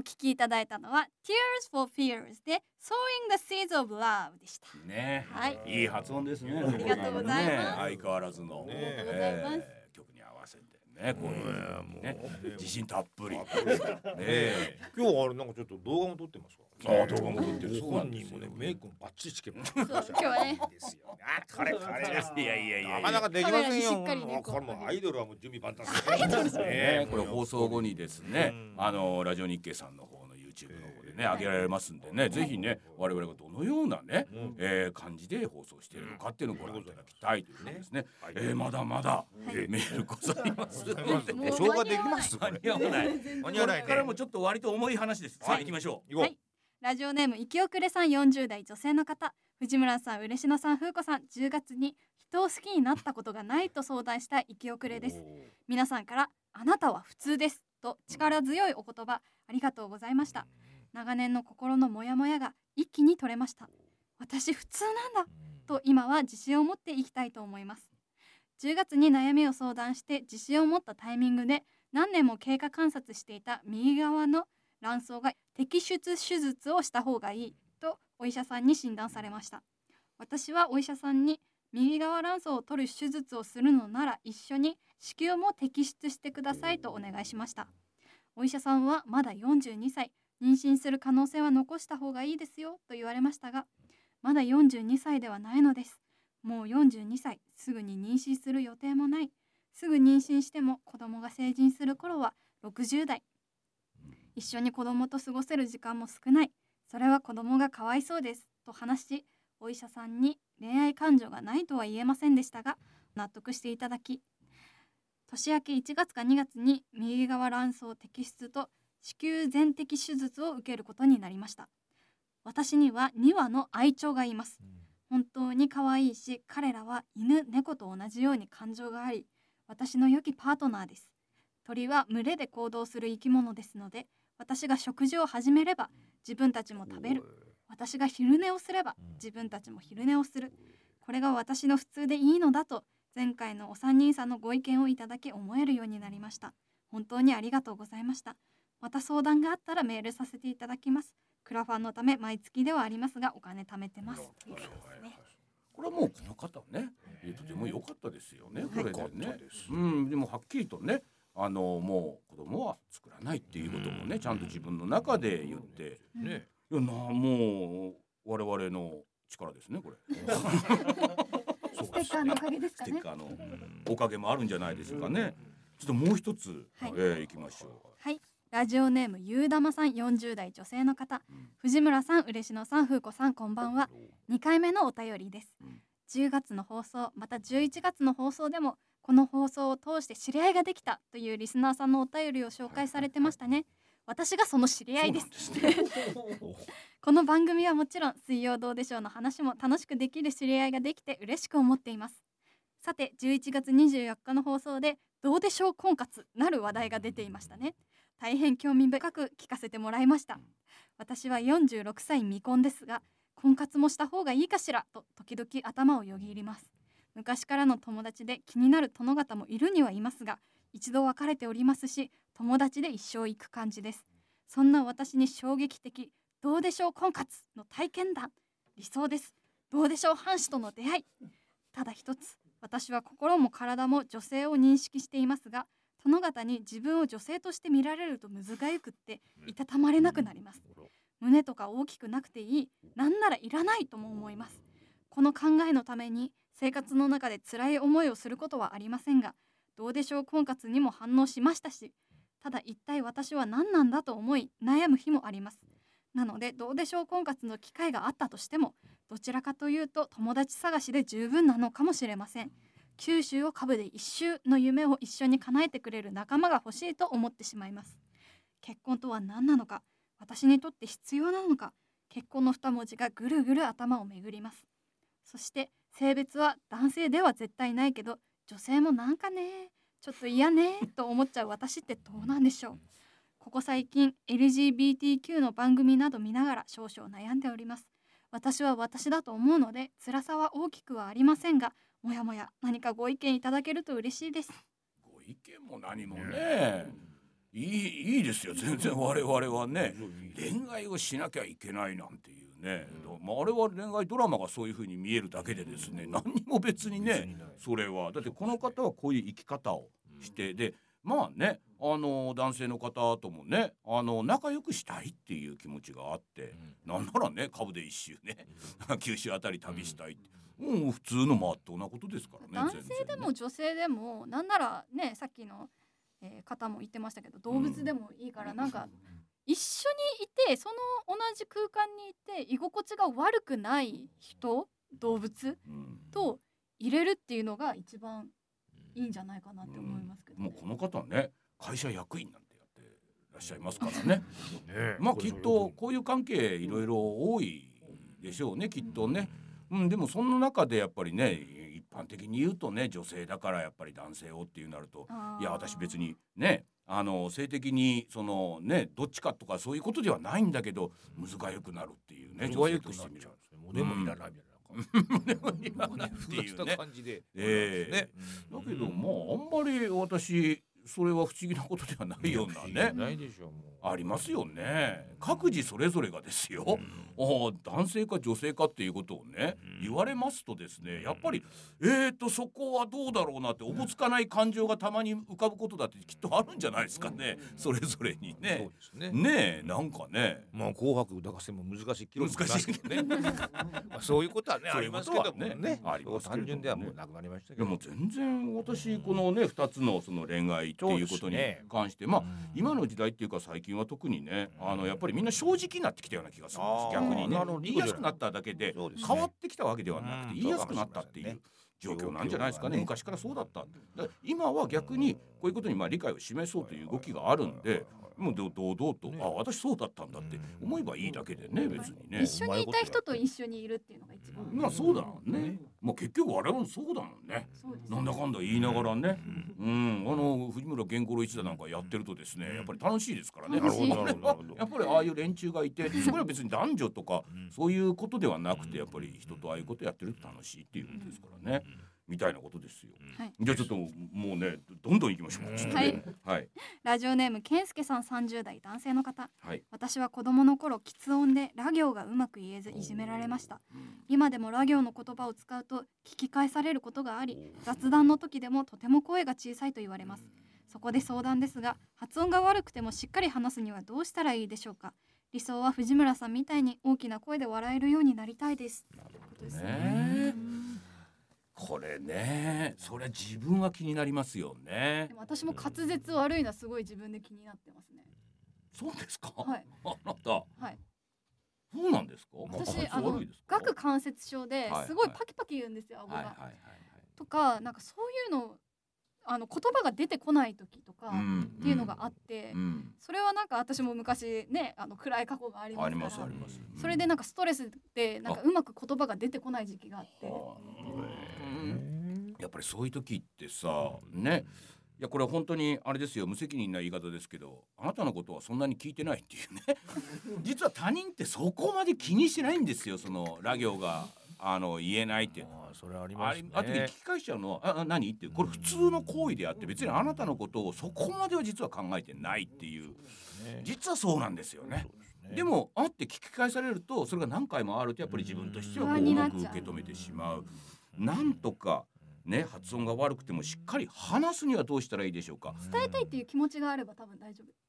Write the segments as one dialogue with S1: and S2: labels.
S1: 聴きいただいたのは Tears for Fears で Sowing the Seeds of Love でした
S2: ね、
S1: はい、
S2: いい発音ですね。
S1: ありがとうございます、
S2: 相変わらずの、
S1: ありがとうございます、
S2: 曲に合わせてね、こういうね、自信たっぷり。
S3: 今日はあれなんかちょっと動画も撮ってますか。
S2: ああ、動画も撮ってる。
S3: 本人もねメイクもバッチリつけました。
S1: 今日はね
S3: ですよ。これです。
S2: いや
S3: なかなかできませんよ。
S1: しっかりね
S3: これもアイドルはもう準備万端
S2: ですね。これ放送後にですね、ラジオ日経さんの方の YouTube の方でね、上げられますんでね、ぜひね、我々がどのようなね、感じで放送しているのかっていうのをご覧いただきたいということですね。まだまだメールございます。
S3: 消化できます。
S2: 間に合わない。これからもちょっと割と重い話です。さあ行きましょう。
S1: はい、ラジオネーム生き遅れさん、40代女性の方。藤村さん、嬉野さん、風子さん、10月に人を好きになったことがないと相談した生き遅れです。皆さんからあなたは普通ですと力強いお言葉ありがとうございました。長年の心のモヤモヤが一気に取れました。私普通なんだと今は自信を持っていきたいと思います。10月に悩みを相談して自信を持ったタイミングで何年も経過観察していた右側の卵巣が摘出手術をした方がいいとお医者さんに診断されました。私はお医者さんに右側卵巣を取る手術をするのなら一緒に子宮も摘出してくださいとお願いしました。お医者さんはまだ42歳、妊娠する可能性は残した方がいいですよと言われましたが、まだ42歳ではないのです。もう42歳、すぐに妊娠する予定もない。すぐ妊娠しても子供が成人する頃は60代。一緒に子供と過ごせる時間も少ない。それは子供がかわいそうですと話し、お医者さんに恋愛感情がないとは言えませんでしたが、納得していただき、年明け1月か2月に右側卵巣摘出と子宮全摘手術を受けることになりました。私には2羽の愛鳥がいます。本当に可愛いし、彼らは犬、猫と同じように感情があり、私の良きパートナーです。鳥は群れで行動する生き物ですので、私が食事を始めれば自分たちも食べる。私が昼寝をすれば自分たちも昼寝をする。これが私の普通でいいのだと前回のお三人さんのご意見をいただき思えるようになりました。本当にありがとうございました。また相談があったらメールさせていただきます。クラファンのため毎月ではありますがお金貯めてます。
S2: これはもうこの方ね、とても良かったですよね。これでね、でもはっきりとね、もう子供は作らないっていうこともね、ちゃんと自分の中で言ってね、いやもう我々の力ですねこれ。
S1: ステッカーのおかげですかね。
S2: ステッカーのおかげもあるんじゃないですかね。ちょっともう一つ、いきましょう。
S1: はい。ラジオネームゆうだまさん、40代女性の方。藤村さん、嬉野さん、風子さん、こんばんは。2回目のお便りです。10月の放送、また11月の放送でもこの放送を通して知り合いができたというリスナーさんのお便りを紹介されてましたね。私がその知り合いです。この番組はもちろん水曜どうでしょうの話も楽しくできる知り合いができて嬉しく思っています。さて11月24日の放送でどうでしょう婚活なる話題が出ていましたね。大変興味深く聞かせてもらいました。私は46歳未婚ですが、婚活もした方がいいかしらと時々頭をよぎります。昔からの友達で気になる殿方もいるにはいますが、一度別れておりますし、友達で一生行く感じです。そんな私に衝撃的どうでしょう婚活の体験談、理想です。どうでしょう藩士との出会い。ただ一つ、私は心も体も女性を認識していますが、殿方に自分を女性として見られるとむずがゆくっていたたまれなくなります。胸とか大きくなくていい、なんならいらないとも思います。この考えのために生活の中で辛い思いをすることはありませんが、どうでしょう婚活にも反応しましたし、ただ一体私は何なんだと思い悩む日もあります。なのでどうでしょう婚活の機会があったとしても、どちらかというと友達探しで十分なのかもしれません。九州を株で一周の夢を一緒に叶えてくれる仲間が欲しいと思ってしまいます。結婚とは何なのか、私にとって必要なのか、結婚の2文字がぐるぐる頭を巡ります。そして性別は男性では絶対ないけど、女性もなんかね、ちょっと嫌ねと思っちゃう私ってどうなんでしょう。ここ最近 LGBTQ の番組など見ながら少々悩んでおります。私は私だと思うので辛さは大きくはありませんが、もやもや何かご意見いただけると嬉しいです。
S2: ご意見も何もね、いいいですよ全然我々はね恋愛をしなきゃいけないなんていうね、あれは恋愛ドラマがそういう風に見えるだけでですね何にも別にねそれはだってこの方はこういう生き方をして、でまあね男性の方ともね仲良くしたいっていう気持ちがあって、なんならね株で一周ね九州あたり旅したいって、もう普通のまっとうなことですからね。
S1: 男性でも女性でもなんならねさっきの、方も言ってましたけど動物でもいいから、なんか一緒にいてその同じ空間にいて居心地が悪くない人動物と入れるっていうのが一番いいんじゃないかなって思いますけど、
S2: もうこの方ね会社役員なんてやってらっしゃいますからねまあきっとこういう関係いろいろ多いでしょうねきっとね、でもその中でやっぱりね一般的に言うとね女性だからやっぱり男性をっていうなると、いや私別にね性的にそのねどっちかとかそういうことではないんだけどむずがゆくなるっていうね、女性としてみる
S3: もうでもいらないみたいな。
S2: でもいらないっていうね
S3: 感じで、
S2: だけどまああんまり私それは不思議なことではないようなね
S3: ないでしょうもう
S2: ありますよね。各自それぞれがですよ、男性か女性かっていうことをね、言われますとですねやっぱりそこはどうだろうなっておぼつかない感情がたまに浮かぶことだってきっとあるんじゃないですかね、それぞれにね。
S3: そうですね。
S2: ねえなんかね
S3: まあ紅白歌合戦も難しい記録
S2: 難しい
S3: けどねまあそういうことはねありますけども
S2: そういうことは
S3: ね
S2: ありますけれどもね
S3: 単純ではもうなくなりましたけど、
S2: でも全然私このね2つのその恋愛っていうことに関してまあ今の時代っていうか最近は特にねやっぱりみんな正直になってきたような気がするんです。逆にね言いやすくなっただけで変わってきたわけではなくて言いやすくなったっていう状況なんじゃないですかね。昔からそうだった。だから今は逆にこういうことにまあ理解を示そうという動きがあるんで、もう堂々と、私そうだったんだって思えばいいだけでね、別にね。
S1: 一緒にいた人と一緒にいるっていうのが一番、
S2: まあそうだろうね。まあ結局我々もそうだもんね。なんだかんだ言いながらね、藤村源五郎一座なんかやってるとですね、やっぱり楽しいですからね。
S1: 楽しい
S2: やっぱりああいう連中がいて、それは別に男女とかそういうことではなくて、やっぱり人とああいうことやってると楽しいっていうことですからね。みたいなことですよ。じゃあちょっともうねどんどん行きましょう。はい。
S1: ラジオネーム健介さん30代男性の方、
S2: はい、
S1: 私は子供の頃喫音でラ行がうまく言えずいじめられました。今でもラ行の言葉を使うと聞き返されることがあり、雑談の時でもとても声が小さいと言われます。そこで相談ですが、発音が悪くてもしっかり話すにはどうしたらいいでしょうか。理想は藤村さんみたいに大きな声で笑えるようになりたいです。
S2: なるほどね。これね、それ自分は気になりますよね。
S1: でも私も滑舌悪いのはすごい自分で気になってますね。
S2: そうですか。
S1: はい。
S2: あなた。
S1: はい。
S2: そうなんですか。
S1: 私顎関節症ですごいパキパキ言うんですよ、顎が。とかなんかそういうの言葉が出てこない時とかっていうのがあって、それはなんか私も昔ね暗い過去がありますから、それでなんかストレスでなんかうまく言葉が出てこない時期があって。
S2: やっぱりそういう時ってさね、いやこれは本当にあれですよ、無責任な言い方ですけど、あなたのことはそんなに聞いてないっていうね実は他人ってそこまで気にしてないんですよ、そのラ行が言えないっていうのは。
S3: それありますね。
S2: あとで聞き返しちゃうのは何ってこれ普通の行為であって別にあなたのことをそこまでは実は考えてないっていう、実はそうなんですよね。でもあって聞き返されるとそれが何回もあるとやっぱり自分としてはうまく受け止めてしまう。なんとかね、発音が悪くてもしっかり話すにはどうしたらいいでしょうか。
S1: 伝えたいっていう気持ちがあれば多分大丈夫です。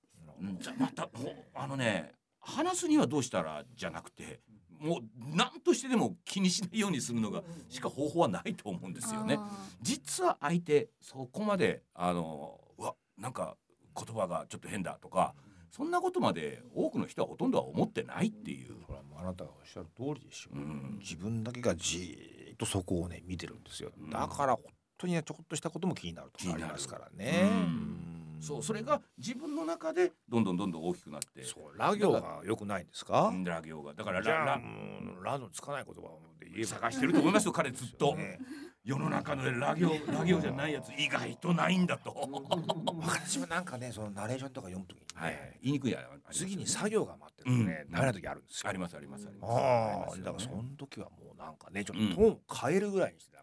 S2: じゃまた話すにはどうしたらじゃなくて、もう何としてでも気にしないようにするのがしか方法はないと思うんですよね。実は相手そこまでうわなんか言葉がちょっと変だとか、そんなことまで多くの人はほとんどは思ってないっていう。
S3: それはもうあなたがおっしゃる通りでしょう。自分だけがじーっとそこをね見てるんですよ。だから本当にちょこっとしたことも気になるとかありますからね。
S2: そう、それが自分の中でどんどん大きくなって。
S3: そう、ラ行が良くないんですか。
S2: ラ行がだから
S3: ラのつかない言葉で言えば
S2: 探してると思いますよ彼ずっと。世の中のラ行じゃないやつ意外とないんだと。
S3: 私はなんかね、そのナレーションとか読むときに
S2: 言いにくいや
S3: 次に作業が待ってるとね、ダメな時あるんですよ。
S2: あります。
S3: だからその時はもうなんかねちょっとトーンを変えるぐらいにして、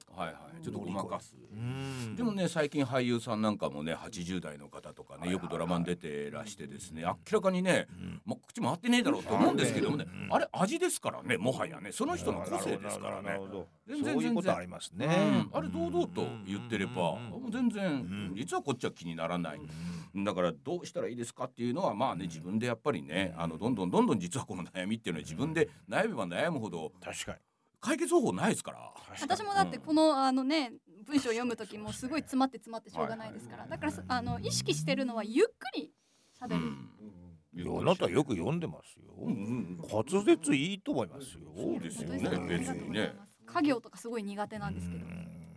S3: か。
S2: はいはい、ちょっとごまかす。
S3: うん
S2: でもね最近俳優さんなんかもね80代の方とかねよくドラマに出てらしてですね、明らかにね、口回ってねえだろうと思うんですけどもね、あれ味ですからね、もはやねその人の個性ですからね。全然
S3: そういうことありますね。
S2: あれ堂々と言ってればもう全然実はこっちは気にならない。だからどうしたらいいですかっていうのはまあね自分でやっぱりねどんどん実はこの悩みっていうのは自分で悩めば悩むほど
S3: 確かに
S2: 解決方法ないですから。
S1: 私もだってこのね文章を読む時もすごい詰まってしょうがないですから、だから意識してるのはゆっくり喋る。
S3: あなたよく読んでますよ。滑舌いいと思いますよ。
S2: そうですよね、別にね。
S1: 家業とかすごい苦手なんですけど。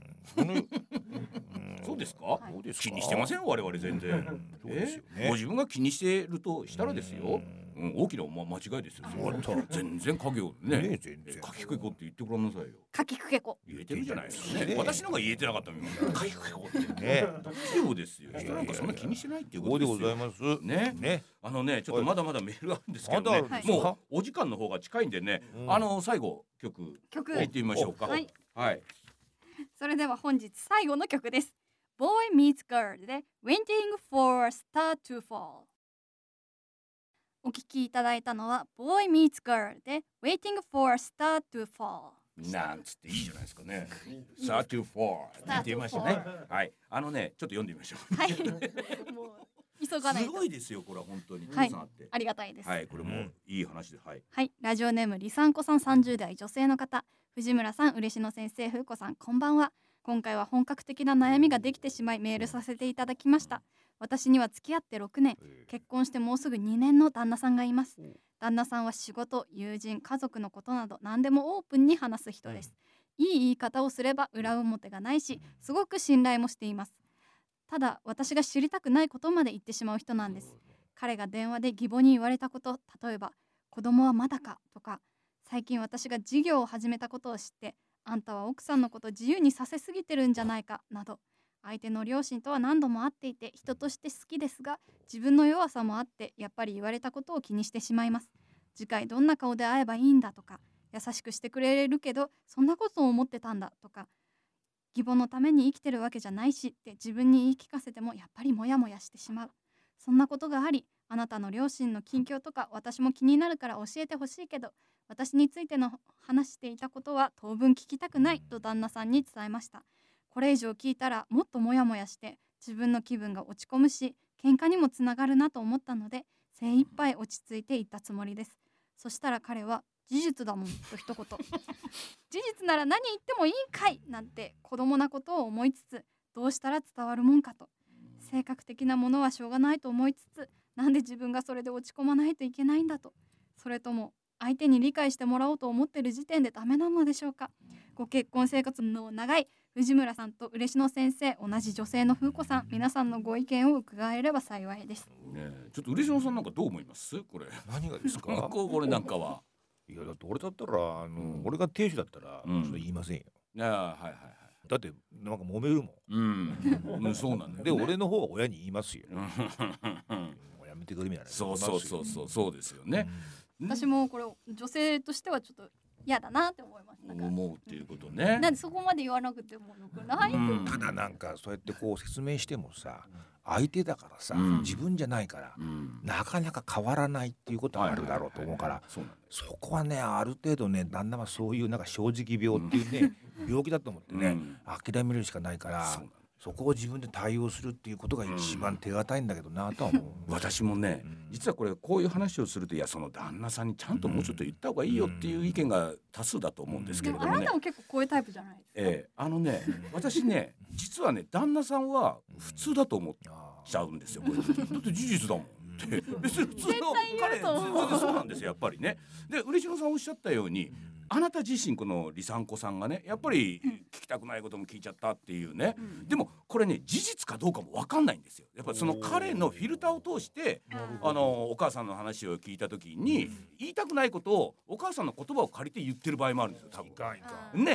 S2: そうですか、気にしてません我々全然。ご自分が気にしてるとしたらですよ、大きな間違いですよ。全然家業ね、かきくけこって言ってごらんなさいよ。
S1: かきくけこ
S2: 言えてるじゃないですかね。私のが言えてなかったのかきくけこってね。大丈夫ですよ。人なんかそんな気にしてないっていうことですよ。
S3: そうでございます
S2: ね。ちょっとまだまだメールあるんですけどね、もうお時間の方が近いんでね、最後曲いってみましょうか。はい。
S1: それでは本日最後の曲です。Boy Meets Girl で Waiting for a Star to Fall。お聞きいただいたのは Boy Meets Girl で Waiting for a Star to Fall。
S2: なんつっていいじゃないですかね。Star to Fall って言ってみましたね。はい。ちょっと読んでみましょう。
S1: はい。もう急がないと。
S2: すごいですよこれは本当に。
S1: はい。ありがたいです。
S2: はい。これもいい話で。はい。
S1: はい。ラジオネームりさんこさん30代女性の方。藤村さん、嬉野先生、風子さん、こんばんは。今回は本格的な悩みができてしまいメールさせていただきました。私には付き合って6年、結婚してもうすぐ2年の旦那さんがいます。旦那さんは仕事、友人、家族のことなど何でもオープンに話す人です。いい言い方をすれば裏表がないし、すごく信頼もしています。ただ私が知りたくないことまで言ってしまう人なんです。彼が電話で義母に言われたこと、例えば子供はまだかとか、最近私が事業を始めたことを知ってあんたは奥さんのこと自由にさせすぎてるんじゃないかなど、相手の両親とは何度も会っていて人として好きですが、自分の弱さもあってやっぱり言われたことを気にしてしまいます。次回どんな顔で会えばいいんだとか、優しくしてくれるけどそんなことを思ってたんだとか、義母のために生きてるわけじゃないしって自分に言い聞かせてもやっぱりモヤモヤしてしまう。そんなことがあり、あなたの両親の近況とか私も気になるから教えてほしいけど、私についての話していたことは当分聞きたくないと旦那さんに伝えました。これ以上聞いたらもっとモヤモヤして自分の気分が落ち込むし、喧嘩にもつながるなと思ったので精一杯落ち着いて言ったつもりです。そしたら彼は事実だもんと一言事実なら何言ってもいいんかいなんて子供なことを思いつつ、どうしたら伝わるもんかと、性格的なものはしょうがないと思いつつ、なんで自分がそれで落ち込まないといけないんだと、それとも相手に理解してもらおうと思ってる時点でダメなのでしょうか。ご結婚生活の長い藤村さんと嬉野先生、同じ女性の風子さん、皆さんのご意見を伺えれば幸いです。
S2: ちょっと嬉野さんなんかどう思いますこれ。
S3: 何がですか
S2: これなんかは。
S3: いやだって俺だったら俺が亭主だったらそれ言いませんよ。だってなんか揉めるもん。
S2: そうなんだよ。
S3: で俺の方は親に言いますよ。もうやめてくれみたいな。
S2: そうですよね。
S1: 私もこれ女性としてはちょっと嫌だなって思います。
S2: 思うっていうことね。
S1: なんでそこまで言わなくてもよくない？
S3: ただなんかそうやってこう説明してもさ、相手だからさ、自分じゃないから、なかなか変わらないっていうことはあるだろうと思うから、そこはねある程度ね旦那はそういうなんか正直病っていうね病気だと思ってね諦めるしかないから。そこを自分で対応するっていうことが一番手堅いんだけどなとは思う。
S2: 私もね、実はこういう話をすると、いやその旦那さんにちゃんともうちょっと言った方がいいよっていう意見が多数だと思うんですけれどもね。
S1: あなたも結構こういうタイプじゃないですか。
S2: 私ね実はね旦那さんは普通だと思っちゃうんですよ。これだって事実だもん。別に普通の彼そうなんですよやっぱりね。で嬉野さんおっしゃったように、あなた自身このりさんこさんがねやっぱり聞きたくないことも聞いちゃったっていうね、でもこれね事実かどうかも分かんないんですよ。やっぱりその彼のフィルターを通してお母さんの話を聞いた時に言いたくないことをお母さんの言葉を借りて言ってる場合もあるんですよ多分ね。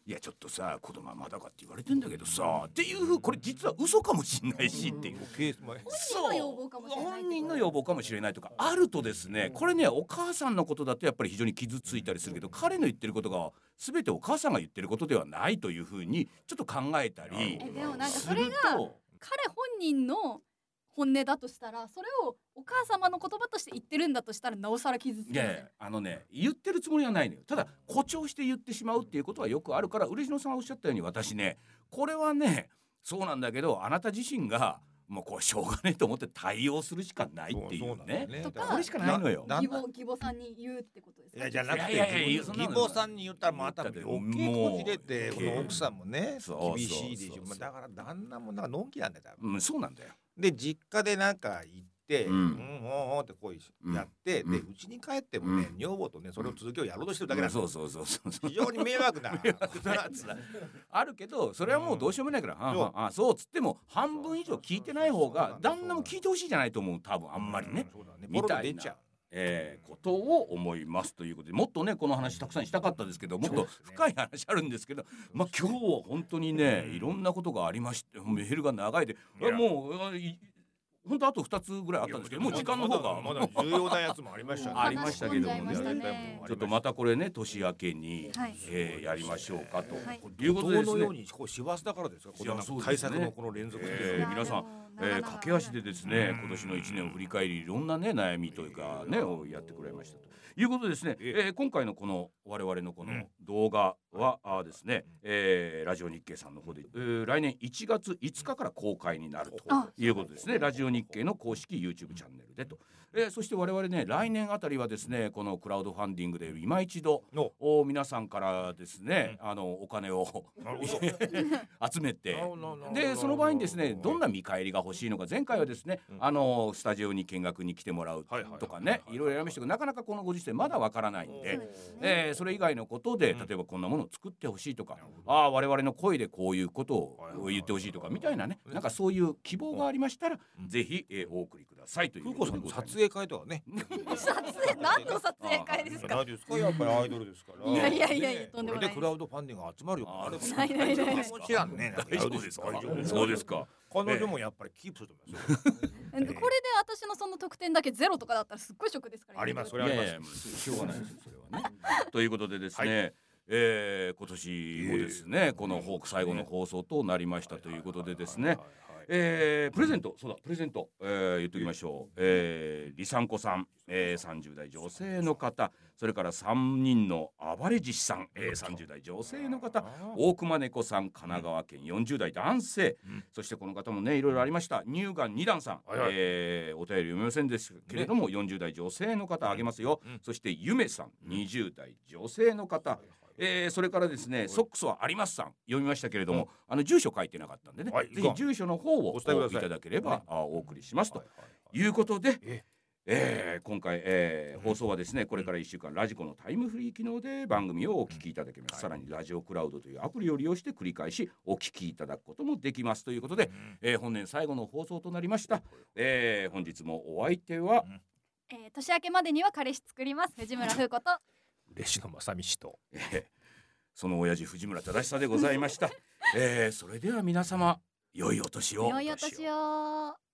S2: いやちょっとさ子供はまだかって言われてんだけどさっていうこれ実は嘘かもしれないしっていう、本人の要望かもしれないとかあるとですね、これねお母さんのことだとやっぱり非常に傷ついたりするけど、彼の言ってることが全てお母さんが言ってることではないというふうにちょっと考えたり
S1: でもなんかそれが彼本人の本音だとしたら、それをお母様の言葉として言ってるんだとしたらなおさら傷つきます。
S2: いや言ってるつもりはないのよ。ただ誇張して言ってしまうっていうことはよくあるから、嬉野さんがおっしゃったように私ねこれはねそうなんだけど、あなた自身がもうこうしょうがねえと思って対応するしかないっていうね。
S1: とか
S2: これしかないのよ。
S1: 義母さんに言うってことですか。
S3: いやじゃなくて義母さんに言ったらまた余計こじれて、この奥さんもね厳しいでしょ。だから旦那もなんかのんきなんだよ。
S2: そうなんだよ。
S3: で実家でなんか行ってってこうやってで家に帰ってもね女房とねそれを続きをやろうとしてるだけなんです。非常に迷惑な
S2: あるけど、それはもうどうしようもないからそうっつっても半分以上聞いてない方が旦那も聞いてほしいじゃないと思う、多分あんまりねみたいなことを思いますということで、もっとねこの話たくさんしたかったですけど、もっと深い話あるんですけど、今日は本当にねいろんなことがありまして、メールが長いでもう本当あと2つぐらいあったんですけど、もう時間の方が
S3: まだ重要なやつもありましたね。
S2: ありましたけどもね、ちょっとまたこれね年明けにやりましょうかということですね。
S3: どのように師走だからですか、この対策のこの連続で
S2: 皆さん駆け足でですね今年の1年を振り返りいろんなね悩みというかねをやってくれましたということですね。今回のこの我々のこの動画はですねラジオ日経さんの方で来年1月5日から公開になるということですね。ラジオ日経の公式 YouTube チャンネルでと。そして我々ね来年あたりはですねこのクラウドファンディングで今一度皆さんからですねお金を集めて、でその場合にですねどんな見返りが欲しいのか、前回はですねスタジオに見学に来てもらうとかねいろいろやりましたけど、なかなかこのご時世まだわからないんで、それ以外のことで例えばこんなものを作ってほしいとか、我々の声でこういうことを言ってほしいとかみたいなね、なんかそういう希望がありましたらぜひお送りくださいという。
S3: 風子さんの撮影会とかね
S1: 撮影何の撮影会ですか。
S3: やっぱりアイドルですから。
S1: いやとんでもない。
S3: クラウドファンディングが集まるよ。
S1: ない。
S3: もちろんね。
S2: 大丈夫ですか。そうですか。
S3: 彼女もやっぱりキープすると思います。
S1: これで私のその得点だけゼロとかだったらすっごいショックですから。
S3: あります。それはあります。
S2: しょうがないですそれはね。ということでですね。今年もですねこの最後の放送となりましたということでですね、プレゼント言っときましょう。りさんこさん、30代女性の方、それから3人の暴れ獅子さん、30代女性の方、大熊猫さん、神奈川県40代男性、そしてこの方もねいろいろありました。乳がん2段さん、お便り読めませんですけれども、40代女性の方あげますよ。そしてゆめさん、20代女性の方、それからですねソックスはありますさん読みましたけれども、住所書いてなかったんでね、ぜひ住所の方をお伝えいただければお送りしますということで、今回、放送はですねこれから1週間ラジコのタイムフリー機能で番組をお聞きいただけます。さらにラジオクラウドというアプリを利用して繰り返しお聞きいただくこともできますということで、本年最後の放送となりました。本日もお相手は、
S1: 年明けまでには彼氏作ります藤村風子と
S3: 嬉野正道と、
S2: その親父藤村忠久でございました。それでは皆様良いお年を。
S1: 良いお年を。